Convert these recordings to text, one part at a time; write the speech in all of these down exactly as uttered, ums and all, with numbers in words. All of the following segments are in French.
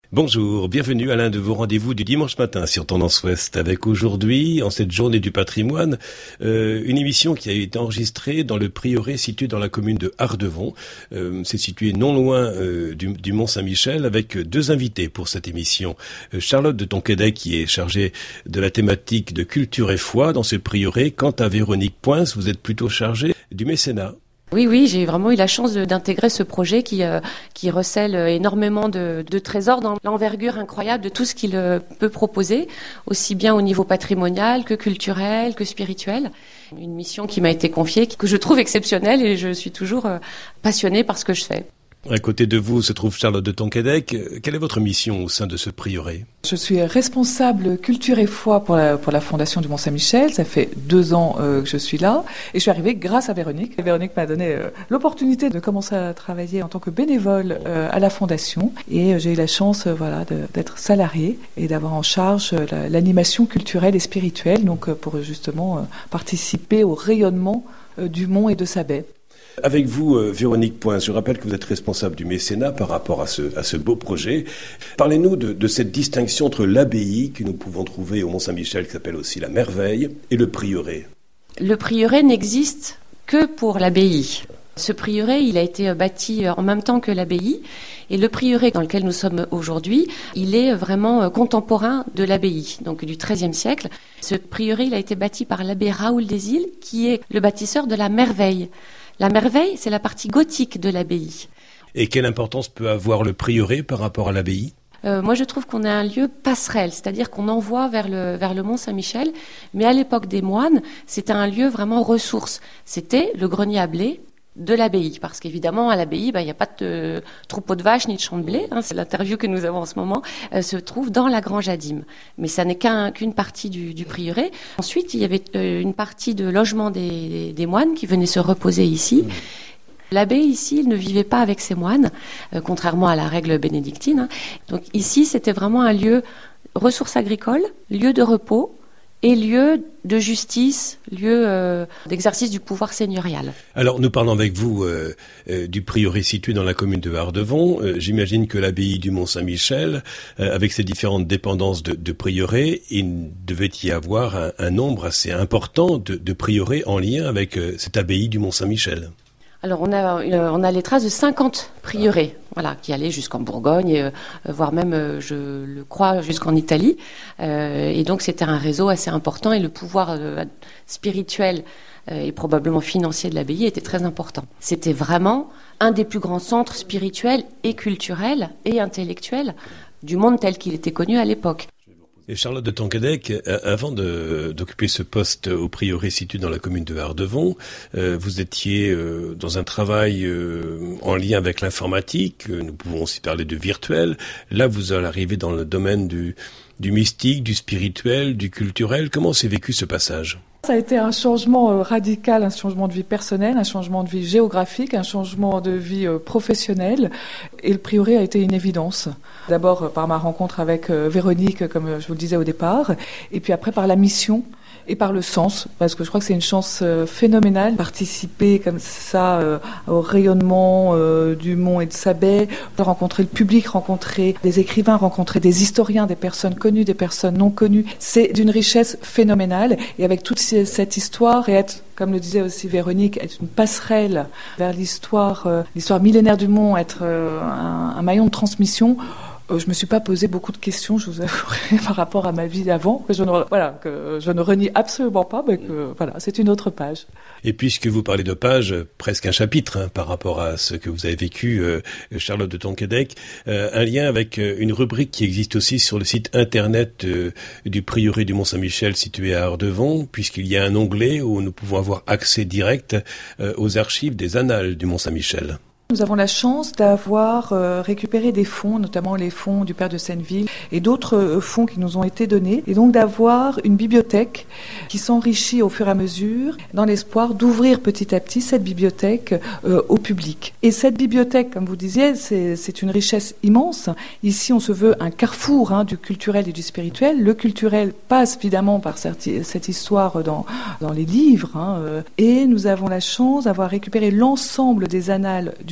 Bonjour, bienvenue à l'un de vos rendez-vous du dimanche matin sur Tendance Ouest, avec aujourd'hui, en cette journée du patrimoine, euh, une émission qui a été enregistrée dans le prieuré situé dans la commune de Ardevon. Euh, c'est situé non loin euh, du, du Mont-Saint-Michel, avec deux invités pour cette émission. Euh, Charlotte de Tonquédec, qui est chargée de la thématique de culture et foi dans ce prieuré. Quant à Véronique Poins, vous êtes plutôt chargée du mécénat. Oui, oui, j'ai vraiment eu la chance de, d'intégrer ce projet qui, euh, qui recèle énormément de, de trésors dans l'envergure incroyable de tout ce qu'il euh, peut proposer, aussi bien au niveau patrimonial que culturel, que spirituel. Une mission qui m'a été confiée, que je trouve exceptionnelle et je suis toujours euh, passionnée par ce que je fais. À côté de vous se trouve Charlotte de Tonquédec. Quelle est votre mission au sein de ce prieuré ? Je suis responsable culture et foi pour la, pour la Fondation du Mont-Saint-Michel. Ça fait deux ans euh, que je suis là et je suis arrivée grâce à Véronique. Et Véronique m'a donné euh, l'opportunité de commencer à travailler en tant que bénévole euh, à la Fondation et euh, j'ai eu la chance euh, voilà, de, d'être salariée et d'avoir en charge euh, la, l'animation culturelle et spirituelle, donc euh, pour justement euh, participer au rayonnement euh, du Mont et de sa baie. Avec vous, euh, Véronique Poins, je rappelle que vous êtes responsable du mécénat par rapport à ce, à ce beau projet. Parlez-nous de, de cette distinction entre l'abbaye que nous pouvons trouver au Mont-Saint-Michel, qui s'appelle aussi la Merveille, et le prieuré. Le prieuré n'existe que pour l'abbaye. Ce prieuré, il a été bâti en même temps que l'abbaye. Et le prieuré dans lequel nous sommes aujourd'hui, il est vraiment contemporain de l'abbaye, donc du treizième siècle. Ce prieuré, il a été bâti par l'abbé Raoul des Îles, qui est le bâtisseur de la Merveille. La Merveille, c'est la partie gothique de l'abbaye. Et quelle importance peut avoir le prieuré par rapport à l'abbaye ? Euh, moi, je trouve qu'on est un lieu passerelle, c'est-à-dire qu'on envoie vers le, vers le Mont-Saint-Michel. Mais à l'époque des moines, c'était un lieu vraiment ressource. C'était le grenier à blé de l'abbaye, parce qu'évidemment, à l'abbaye, bah, il n'y a pas de troupeau de vaches ni de champ de blé. Hein, c'est l'interview que nous avons en ce moment, euh, se trouve dans la grange à dîmes. Mais ça n'est qu'un, qu'une partie du, du prieuré. Ensuite, il y avait euh, une partie de logement des, des, des moines qui venaient se reposer ici. Mmh. L'abbé, ici, il ne vivait pas avec ses moines, euh, contrairement à la règle bénédictine. Hein. Donc ici, c'était vraiment un lieu ressources agricoles, lieu de repos, et lieu de justice, lieu euh, d'exercice du pouvoir seigneurial. Alors, nous parlons avec vous euh, euh, du prieuré situé dans la commune de Ardevon. Euh, j'imagine que l'abbaye du Mont-Saint-Michel, euh, avec ses différentes dépendances de, de prieuré, il devait y avoir un, un nombre assez important de, de prieurés en lien avec euh, cette abbaye du Mont-Saint-Michel. Alors, on a, euh, on a les traces de cinquante prieurés, ah. voilà, qui allaient jusqu'en Bourgogne, et, euh, voire même, euh, je le crois, jusqu'en Italie. Euh, et donc, c'était un réseau assez important et le pouvoir euh, spirituel euh, et probablement financier de l'abbaye était très important. C'était vraiment un des plus grands centres spirituels et culturels et intellectuels du monde tel qu'il était connu à l'époque. Et Charlotte de Tonquédec, avant de, d'occuper ce poste au prieuré situé dans la commune de Ardevon, euh, vous étiez euh, dans un travail euh, en lien avec l'informatique, nous pouvons aussi parler de virtuel. Là, vous allez arriver dans le domaine du, du mystique, du spirituel, du culturel. Comment s'est vécu ce passage ? Ça a été un changement radical, un changement de vie personnelle, un changement de vie géographique, un changement de vie professionnelle. Et le prieuré a été une évidence. D'abord par ma rencontre avec Véronique, comme je vous le disais au départ, et puis après par la mission et par le sens, parce que je crois que c'est une chance phénoménale, participer comme ça euh, au rayonnement euh, du Mont et de sa baie, de rencontrer le public, rencontrer des écrivains, rencontrer des historiens, des personnes connues, des personnes non connues. C'est d'une richesse phénoménale, et avec toute cette histoire, et être, comme le disait aussi Véronique, être une passerelle vers l'histoire, euh, l'histoire millénaire du Mont, être euh, un, un maillon de transmission. Euh, je me suis pas posé beaucoup de questions, je vous avouerai, par rapport à ma vie d'avant, que je ne, voilà, que je ne renie absolument pas, mais que voilà, c'est une autre page. Et puisque vous parlez de page, presque un chapitre hein, par rapport à ce que vous avez vécu, euh, Charlotte de Tonquédec, euh, un lien avec euh, une rubrique qui existe aussi sur le site internet euh, du prieuré du Mont-Saint-Michel situé à Ardevon, puisqu'il y a un onglet où nous pouvons avoir accès direct euh, aux archives des annales du Mont-Saint-Michel. Nous avons la chance d'avoir euh, récupéré des fonds, notamment les fonds du Père de Senneville et d'autres euh, fonds qui nous ont été donnés, et donc d'avoir une bibliothèque qui s'enrichit au fur et à mesure, dans l'espoir d'ouvrir petit à petit cette bibliothèque euh, au public. Et cette bibliothèque, comme vous disiez, c'est, c'est une richesse immense. Ici, on se veut un carrefour hein, du culturel et du spirituel. Le culturel passe évidemment par cette, cette histoire dans, dans les livres, hein, euh, et nous avons la chance d'avoir récupéré l'ensemble des annales du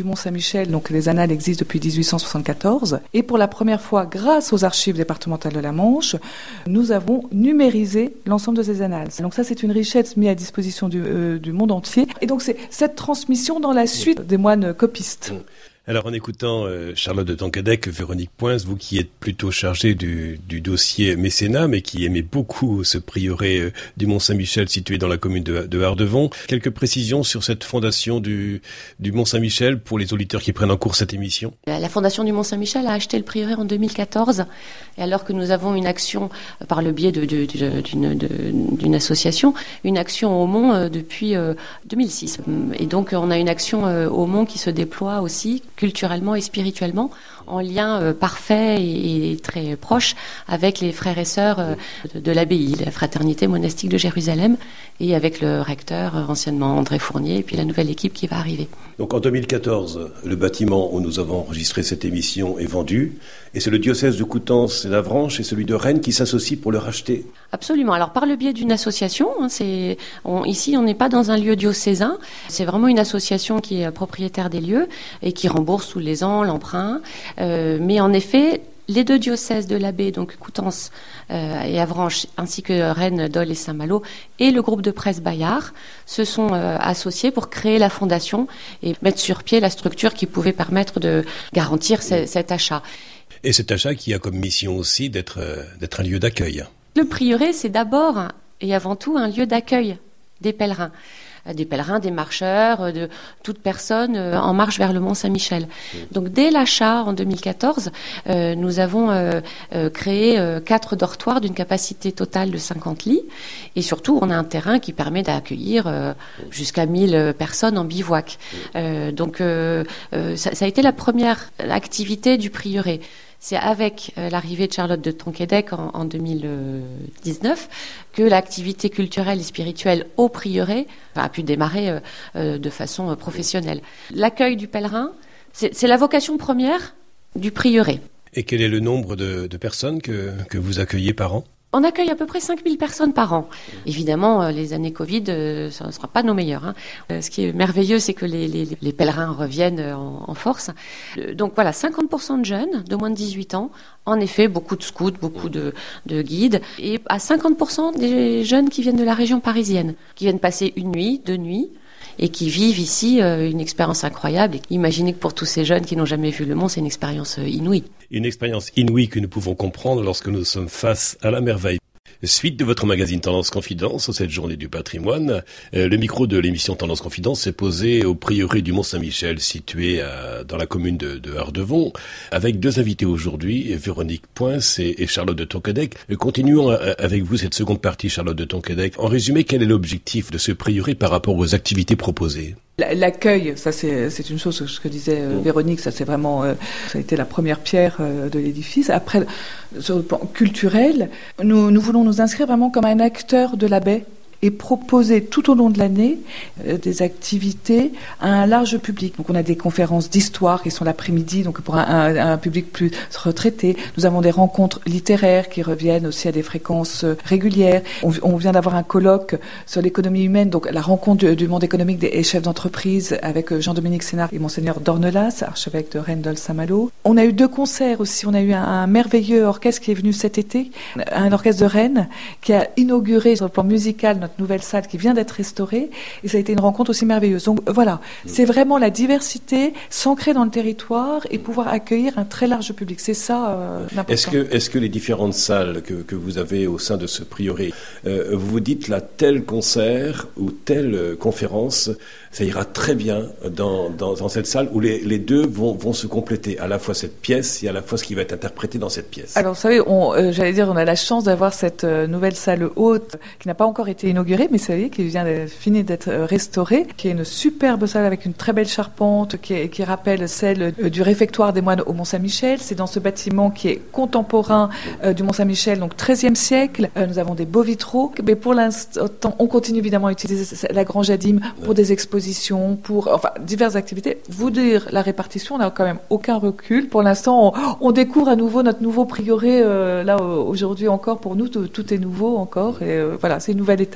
Mont-Saint-Michel, donc les annales existent depuis dix-huit cent soixante-quatorze. Et pour la première fois, grâce aux archives départementales de la Manche, nous avons numérisé l'ensemble de ces annales. Donc ça, c'est une richesse mise à disposition du, euh, du monde entier. Et donc c'est cette transmission dans la suite des moines copistes. Alors en écoutant euh, Charlotte de Tonquédec, Véronique Poins, vous qui êtes plutôt chargée du, du dossier mécénat, mais qui aimez beaucoup ce prieuré euh, du Mont-Saint-Michel situé dans la commune de, de Ardevon, quelques précisions sur cette fondation du, du Mont-Saint-Michel pour les auditeurs qui prennent en cours cette émission. La fondation du Mont-Saint-Michel a acheté le prieuré en deux mille quatorze, et alors que nous avons une action euh, par le biais de, de, de, d'une, de, d'une association, une action au Mont euh, depuis euh, deux mille six. Et donc on a une action euh, au Mont qui se déploie aussi culturellement et spirituellement, en lien euh, parfait et, et très proche avec les frères et sœurs euh, de, de l'abbaye, la fraternité monastique de Jérusalem, et avec le recteur, euh, anciennement André Fournier, et puis la nouvelle équipe qui va arriver. Donc en deux mille quatorze, le bâtiment où nous avons enregistré cette émission est vendu, et c'est le diocèse de Coutances et d'Avranches et celui de Rennes qui s'associent pour le racheter. Absolument. Alors par le biais d'une association, hein, c'est, on, ici on n'est pas dans un lieu diocésain, c'est vraiment une association qui est propriétaire des lieux et qui rembourse tous les ans l'emprunt. Euh, mais en effet, les deux diocèses de l'abbé, donc Coutances euh, et Avranches, ainsi que Rennes, Dole et Saint-Malo, et le groupe de presse Bayard, se sont euh, associés pour créer la fondation et mettre sur pied la structure qui pouvait permettre de garantir c- cet achat. Et cet achat qui a comme mission aussi d'être, euh, d'être un lieu d'accueil. Le prieuré, c'est d'abord et avant tout un lieu d'accueil des pèlerins. Des pèlerins, des marcheurs, de toute personne en marche vers le Mont-Saint-Michel. Donc dès l'achat en deux mille quatorze, euh, nous avons euh, euh, créé euh, quatre dortoirs d'une capacité totale de cinquante lits, et surtout on a un terrain qui permet d'accueillir euh, jusqu'à mille personnes en bivouac. Euh, donc euh, euh, ça, ça a été la première activité du prieuré. C'est avec euh, l'arrivée de Charlotte de Tonquédec en, en deux mille dix-neuf que l'activité culturelle et spirituelle au prieuré a pu démarrer euh, euh, de façon euh, professionnelle. L'accueil du pèlerin, c'est, c'est la vocation première du prieuré. Et quel est le nombre de, de personnes que, que vous accueillez par an ? On accueille à peu près cinq mille personnes par an. Évidemment, les années Covid, ça ne sera pas nos meilleures. Hein. Ce qui est merveilleux, c'est que les, les, les pèlerins reviennent en, en force. Donc voilà, cinquante pour cent de jeunes de moins de dix-huit ans. En effet, beaucoup de scouts, beaucoup de, de guides. Et à cinquante pour cent des jeunes qui viennent de la région parisienne, qui viennent passer une nuit, deux nuits, et qui vivent ici euh, une expérience incroyable. Et imaginez que pour tous ces jeunes qui n'ont jamais vu le Mont, c'est une expérience euh, inouïe. Une expérience inouïe que nous pouvons comprendre lorsque nous sommes face à la merveille. Suite de votre magazine Tendance Confidence, cette journée du patrimoine, euh, le micro de l'émission Tendance Confidence s'est posé au prieuré du Mont-Saint-Michel, situé à, dans la commune de, de Ardevon, avec deux invités aujourd'hui, Véronique Poins et, et Charlotte de Tonquédec. Continuons à, avec vous cette seconde partie, Charlotte de Tonquédec. En résumé, quel est l'objectif de ce prieuré par rapport aux activités proposées ? L'accueil, ça c'est, c'est une chose, ce que disait euh, Véronique, ça c'est vraiment, euh, ça a été la première pierre euh, de l'édifice. Après, sur le plan culturel, nous, nous voulons nous inscrire vraiment comme un acteur de la baie et proposer tout au long de l'année euh, des activités à un large public. Donc on a des conférences d'histoire qui sont l'après-midi, donc pour un, un, un public plus retraité. Nous avons des rencontres littéraires qui reviennent aussi à des fréquences euh, régulières. On, on vient d'avoir un colloque sur l'économie humaine, donc la rencontre du, du monde économique des chefs d'entreprise avec euh, Jean-Dominique Sénard et Monseigneur Dornelas, archevêque de Rennes, Dole, Saint-Malo. On a eu deux concerts aussi. On a eu un, un merveilleux orchestre qui est venu cet été, un orchestre de Rennes qui a inauguré sur le plan musical notre nouvelle salle qui vient d'être restaurée, et ça a été une rencontre aussi merveilleuse. Donc voilà, c'est vraiment la diversité, s'ancrer dans le territoire et pouvoir accueillir un très large public. C'est ça euh, l'important. Est-ce que, est-ce que les différentes salles que, que vous avez au sein de ce prieuré, euh, vous vous dites là, tel concert ou telle conférence, ça ira très bien dans, dans, dans cette salle où les, les deux vont, vont se compléter, à la fois cette pièce et à la fois ce qui va être interprété dans cette pièce. Alors vous savez, on, euh, j'allais dire, on a la chance d'avoir cette euh, nouvelle salle haute qui n'a pas encore été inaugurée, mais c'est qui vient de finir d'être euh, restaurée, qui est une superbe salle avec une très belle charpente qui, est, qui rappelle celle euh, du réfectoire des moines au Mont-Saint-Michel. C'est dans ce bâtiment qui est contemporain euh, du Mont-Saint-Michel, donc treizième siècle. Euh, nous avons des beaux vitraux, mais pour l'instant, on continue évidemment à utiliser la Grange Adim pour des expositions, pour enfin diverses activités. Vous dire la répartition, on n'a quand même aucun recul. Pour l'instant, on, on découvre à nouveau notre nouveau prieuré. Euh, là aujourd'hui encore pour nous, tout, tout est nouveau encore. Et euh, voilà, c'est une nouvelle étape.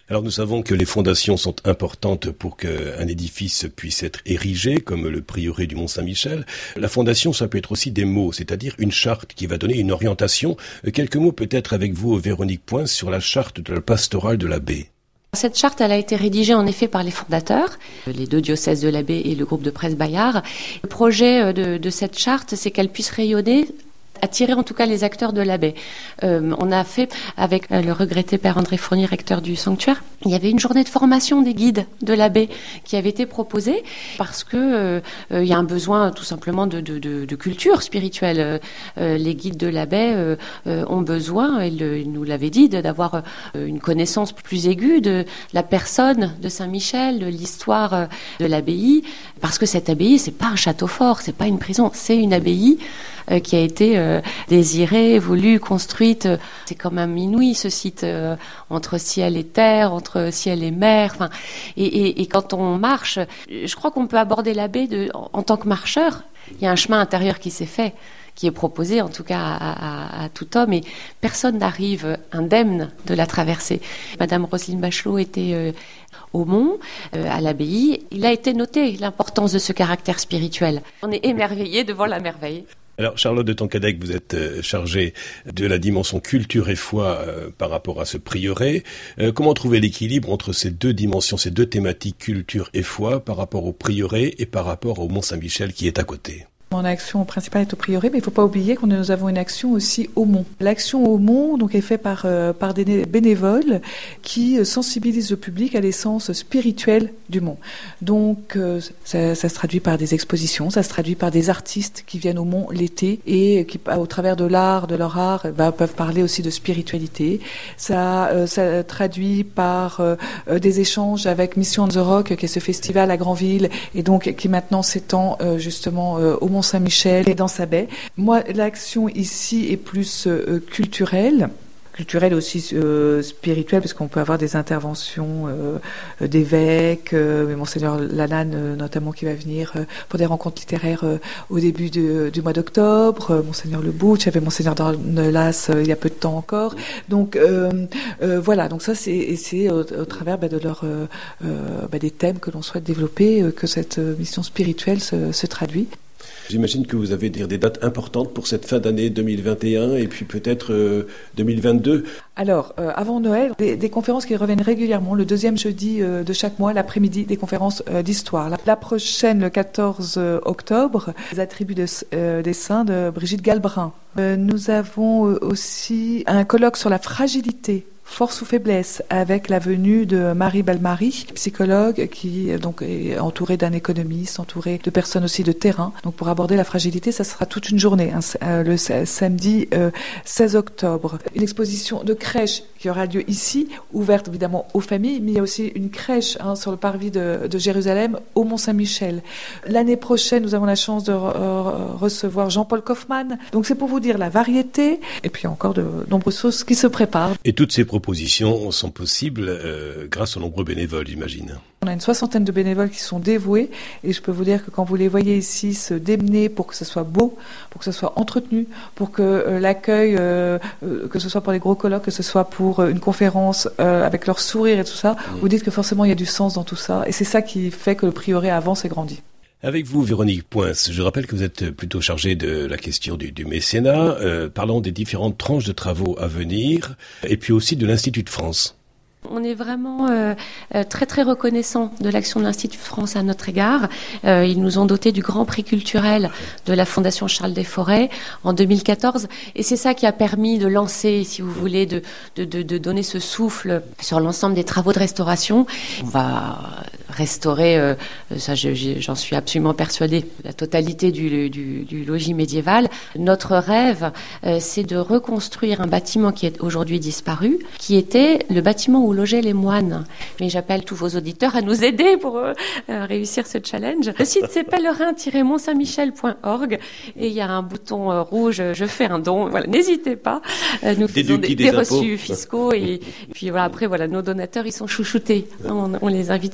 Alors nous savons que les fondations sont importantes pour qu'un édifice puisse être érigé, comme le prieuré du Mont-Saint-Michel. La fondation, ça peut être aussi des mots, c'est-à-dire une charte qui va donner une orientation. Quelques mots peut-être avec vous, Véronique Poins, sur la charte de la pastorale de l'abbé. Cette charte, elle a été rédigée en effet par les fondateurs, les deux diocèses de l'Abbé et le groupe de presse Bayard. Le projet de, de cette charte, c'est qu'elle puisse rayonner, attirer en tout cas les acteurs de l'Abbé. Euh, on a fait avec le regretté Père André Fournier, recteur du sanctuaire, il y avait une journée de formation des guides de l'Abbé qui avait été proposée parce que euh, euh, il y a un besoin tout simplement de, de, de, de culture spirituelle. Euh, les guides de l'Abbé euh, euh, ont besoin, il, il nous l'avait dit, d'avoir euh, une connaissance plus aiguë de la personne de Saint-Michel, de l'histoire euh, de l'abbaye, parce que cette abbaye, c'est pas un château fort, c'est pas une prison, c'est une abbaye euh, qui a été euh, désirée, voulue, construite. C'est quand même inouï ce site euh, entre ciel et terre, entre ciel et mer. Enfin, et, et, et quand on marche, je crois qu'on peut aborder l'Abbé de, en, en tant que marcheur. Il y a un chemin intérieur qui s'est fait, qui est proposé en tout cas à, à, à tout homme, et personne n'arrive indemne de la traversée. Madame Roselyne Bachelot était euh, au Mont, euh, à l'abbaye. Il a été noté l'importance de ce caractère spirituel. On est émerveillé devant la merveille. Alors Charlotte de Tonquédec, vous êtes euh, chargée de la dimension culture et foi euh, par rapport à ce prieuré. Euh, comment trouver l'équilibre entre ces deux dimensions, ces deux thématiques culture et foi par rapport au prieuré et par rapport au Mont-Saint-Michel qui est à côté? Mon action principale est au prieuré, mais il ne faut pas oublier que nous avons une action aussi au Mont. L'action au Mont donc, est faite par, euh, par des bénévoles qui sensibilisent le public à l'essence spirituelle du Mont. Donc euh, ça, ça se traduit par des expositions, ça se traduit par des artistes qui viennent au Mont l'été et qui, au travers de l'art, de leur art, bah, peuvent parler aussi de spiritualité. Ça, euh, ça traduit par euh, des échanges avec Mission on the Rock, qui est ce festival à Granville, et donc qui maintenant s'étend euh, justement euh, au Mont Saint-Michel et dans sa baie. Moi, l'action ici est plus euh, culturelle. Culturelle aussi euh, spirituelle, parce qu'on peut avoir des interventions euh, d'évêques, euh, Monseigneur Lalanne euh, notamment qui va venir euh, pour des rencontres littéraires euh, au début de, du mois d'octobre, euh, Monseigneur Le Bouch, il y avait Monseigneur Dornelas euh, il y a peu de temps encore. Donc euh, euh, voilà, donc ça c'est, et c'est au, au travers bah, de leur, euh, euh, bah, des thèmes que l'on souhaite développer euh, que cette euh, mission spirituelle se, se traduit. J'imagine que vous avez des dates importantes pour cette fin d'année deux mille vingt et un et puis peut-être euh, deux mille vingt-deux. Alors, euh, avant Noël, des, des conférences qui reviennent régulièrement, le deuxième jeudi euh, de chaque mois, l'après-midi, des conférences euh, d'histoire. La, la prochaine, le quatorze octobre, les attributs de, euh, des saints de Brigitte Galbrin. Euh, nous avons euh, aussi un colloque sur la fragilité, force ou faiblesse, avec la venue de Marie Balmary, psychologue, qui donc est entourée d'un économiste, entourée de personnes aussi de terrain. Donc pour aborder la fragilité, ça sera toute une journée, hein, le samedi euh, seize octobre. Une exposition de crèche qui aura lieu ici, ouverte évidemment aux familles, mais il y a aussi une crèche hein, sur le parvis de, de Jérusalem au Mont-Saint-Michel. L'année prochaine, nous avons la chance de re- recevoir Jean-Paul Kaufmann. Donc c'est pour vous dire la variété, et puis encore de nombreuses choses qui se préparent. Et toutes ces propositions sont possibles euh, grâce aux nombreux bénévoles, j'imagine. On a une soixantaine de bénévoles qui sont dévoués, et je peux vous dire que quand vous les voyez ici se démener pour que ce soit beau, pour que ce soit entretenu, pour que euh, l'accueil, euh, euh, que ce soit pour les gros colloques, que ce soit pour euh, une conférence euh, avec leur sourire et tout ça, mmh. vous dites que forcément il y a du sens dans tout ça, et c'est ça qui fait que le prieuré avance et grandit. Avec vous, Véronique Poins, je rappelle que vous êtes plutôt chargée de la question du, du mécénat. Euh, parlons des différentes tranches de travaux à venir, et puis aussi de l'Institut de France. On est vraiment euh, très très reconnaissant de l'action de l'Institut de France à notre égard. Euh, ils nous ont doté du grand prix culturel de la Fondation Charles Desforêts en deux mille quatorze, et c'est ça qui a permis de lancer, si vous voulez, de, de, de, de donner ce souffle sur l'ensemble des travaux de restauration. On va restaurer, euh, ça je, j'en suis absolument persuadée, la totalité du, du, du logis médiéval. Notre rêve, euh, c'est de reconstruire un bâtiment qui est aujourd'hui disparu, qui était le bâtiment où logeaient les moines. Mais j'appelle tous vos auditeurs à nous aider pour euh, réussir ce challenge. Le site c'est pèlerin tiret mont saint michel point org et il y a un bouton euh, rouge, je fais un don. Voilà, n'hésitez pas. Euh, nous faisons des, des reçus fiscaux et, et puis voilà, après voilà, nos donateurs ils sont chouchoutés. On, on les invite souvent à des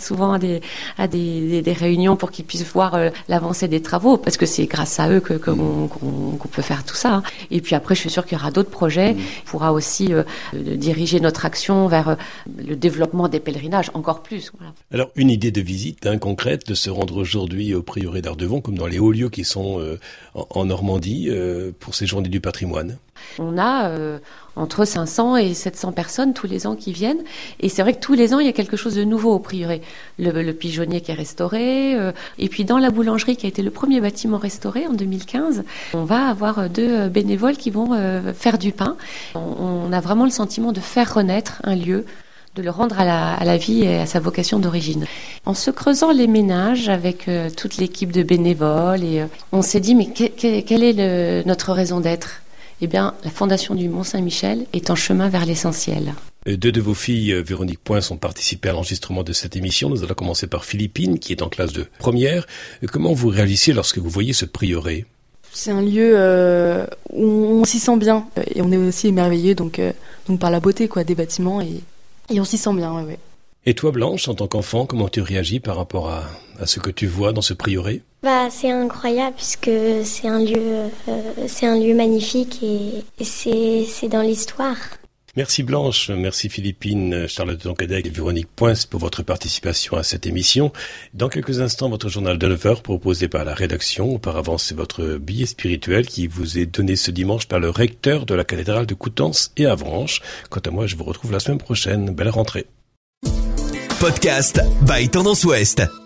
des, à des, des, des réunions pour qu'ils puissent voir euh, l'avancée des travaux, parce que c'est grâce à eux que, que qu'on, qu'on, qu'on peut faire tout ça. Hein. Et puis après, je suis sûre qu'il y aura d'autres projets. Mmh. On pourra aussi euh, diriger notre action vers euh, le développement des pèlerinages, encore plus. Voilà. Alors, une idée de visite hein, concrète, de se rendre aujourd'hui au prieuré d'Ardevon, comme dans les hauts lieux qui sont euh, en, en Normandie, euh, pour ces journées du patrimoine. On a euh, entre cinq cents et sept cents personnes tous les ans qui viennent. Et c'est vrai que tous les ans, il y a quelque chose de nouveau au prieuré. Le, le pigeonnier qui est restauré. Euh, et puis dans la boulangerie, qui a été le premier bâtiment restauré en deux mille quinze, on va avoir deux bénévoles qui vont euh, faire du pain. On, on a vraiment le sentiment de faire renaître un lieu, de le rendre à la, à la vie et à sa vocation d'origine. En se creusant les ménages avec euh, toute l'équipe de bénévoles, et, euh, on s'est dit, mais que, que, quelle est le, notre raison d'être ? Eh bien, la Fondation du Mont-Saint-Michel est en chemin vers l'essentiel. Deux de vos filles, Véronique Poins, ont participé à l'enregistrement de cette émission. Nous allons commencer par Philippine, qui est en classe de première. Comment vous réagissez lorsque vous voyez ce prieuré ? C'est un lieu euh, où on s'y sent bien. Et on est aussi émerveillé donc, euh, donc par la beauté quoi, des bâtiments. Et, et on s'y sent bien, ouais, ouais. Et toi, Blanche, en tant qu'enfant, comment tu réagis par rapport à, à ce que tu vois dans ce prieuré ? Bah, c'est incroyable puisque c'est un lieu, euh, c'est un lieu magnifique et, et c'est, c'est dans l'histoire. Merci Blanche, merci Philippine, Charlotte Doncadec et Véronique Poins pour votre participation à cette émission. Dans quelques instants, votre journal de neuf heures proposé par la rédaction. Auparavant, c'est votre billet spirituel qui vous est donné ce dimanche par le recteur de la cathédrale de Coutances et Avranches. Quant à moi, je vous retrouve la semaine prochaine. Belle rentrée. Podcast by Tendance Ouest.